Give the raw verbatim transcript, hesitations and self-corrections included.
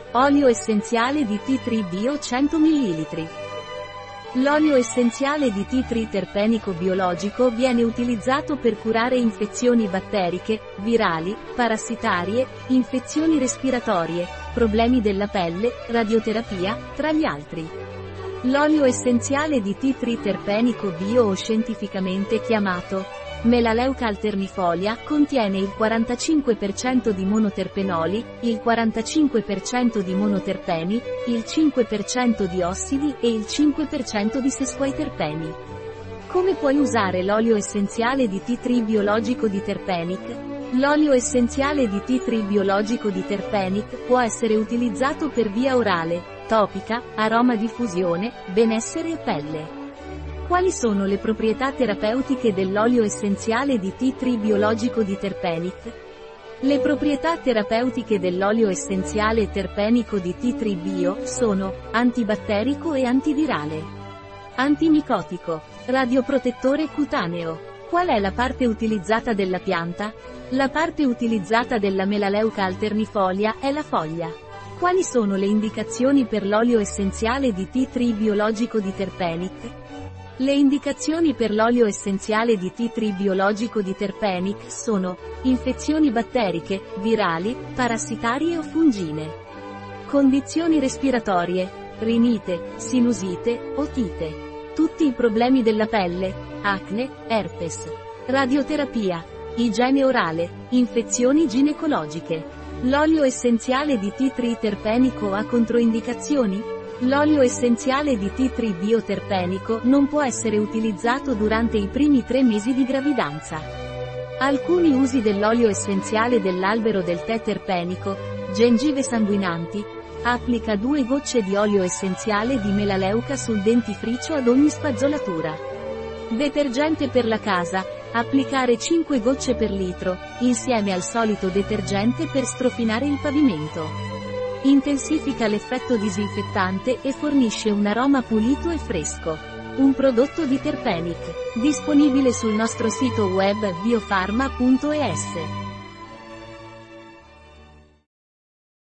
Olio essenziale di Tea Tree Bio cento millilitri. L'olio essenziale di Tea Tree terpenico biologico viene utilizzato per curare infezioni batteriche, virali, parassitarie, infezioni respiratorie, problemi della pelle, radioterapia, tra gli altri. L'olio essenziale di Tea Tree terpenico bio o scientificamente chiamato Melaleuca alternifolia contiene il quarantacinque per cento di monoterpenoli, il quarantacinque per cento di monoterpeni, il cinque per cento di ossidi e il cinque per cento di sesquiterpeni. Come puoi usare l'olio essenziale di Tea Tree biologico di Terpenic? L'olio essenziale di Tea Tree biologico di Terpenic può essere utilizzato per via orale, topica, aroma diffusione, benessere e pelle. Quali sono le proprietà terapeutiche dell'olio essenziale di Tea Tree biologico di Terpenic? Le proprietà terapeutiche dell'olio essenziale terpenico di Tea Tree Bio sono antibatterico e antivirale, antimicotico, radioprotettore cutaneo. Qual è la parte utilizzata della pianta? La parte utilizzata della Melaleuca alternifolia è la foglia. Quali sono le indicazioni per l'olio essenziale di Tea Tree biologico di Terpenic? Le indicazioni per l'olio essenziale di Tea Tree biologico di Terpenic sono infezioni batteriche, virali, parassitarie o fungine, condizioni respiratorie, rinite, sinusite, otite, tutti i problemi della pelle, acne, herpes, radioterapia, igiene orale, infezioni ginecologiche. L'olio essenziale di Tea Tree terpenico ha controindicazioni? L'olio essenziale di Tea Tree bio terpenico non può essere utilizzato durante i primi tre mesi di gravidanza. Alcuni usi dell'olio essenziale dell'albero del tè terpenico, gengive sanguinanti, applica due gocce di olio essenziale di melaleuca sul dentifricio ad ogni spazzolatura. Detergente per la casa, applicare cinque gocce per litro, insieme al solito detergente per strofinare il pavimento. Intensifica l'effetto disinfettante e fornisce un aroma pulito e fresco. Un prodotto di Terpenic, disponibile sul nostro sito web biofarma punto es.